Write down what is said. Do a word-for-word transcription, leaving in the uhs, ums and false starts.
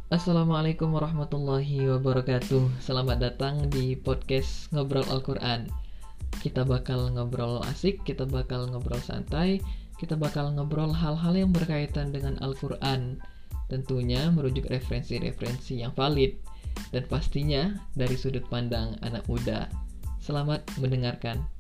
Assalamualaikum warahmatullahi wabarakatuh. Selamat datang di podcast Ngobrol Al-Quran. Kita bakal ngobrol asik, kita bakal ngobrol santai, kita bakal ngobrol hal-hal yang berkaitan dengan Al-Quran. Tentunya merujuk referensi-referensi yang valid dan pastinya dari sudut pandang anak muda. Selamat mendengarkan.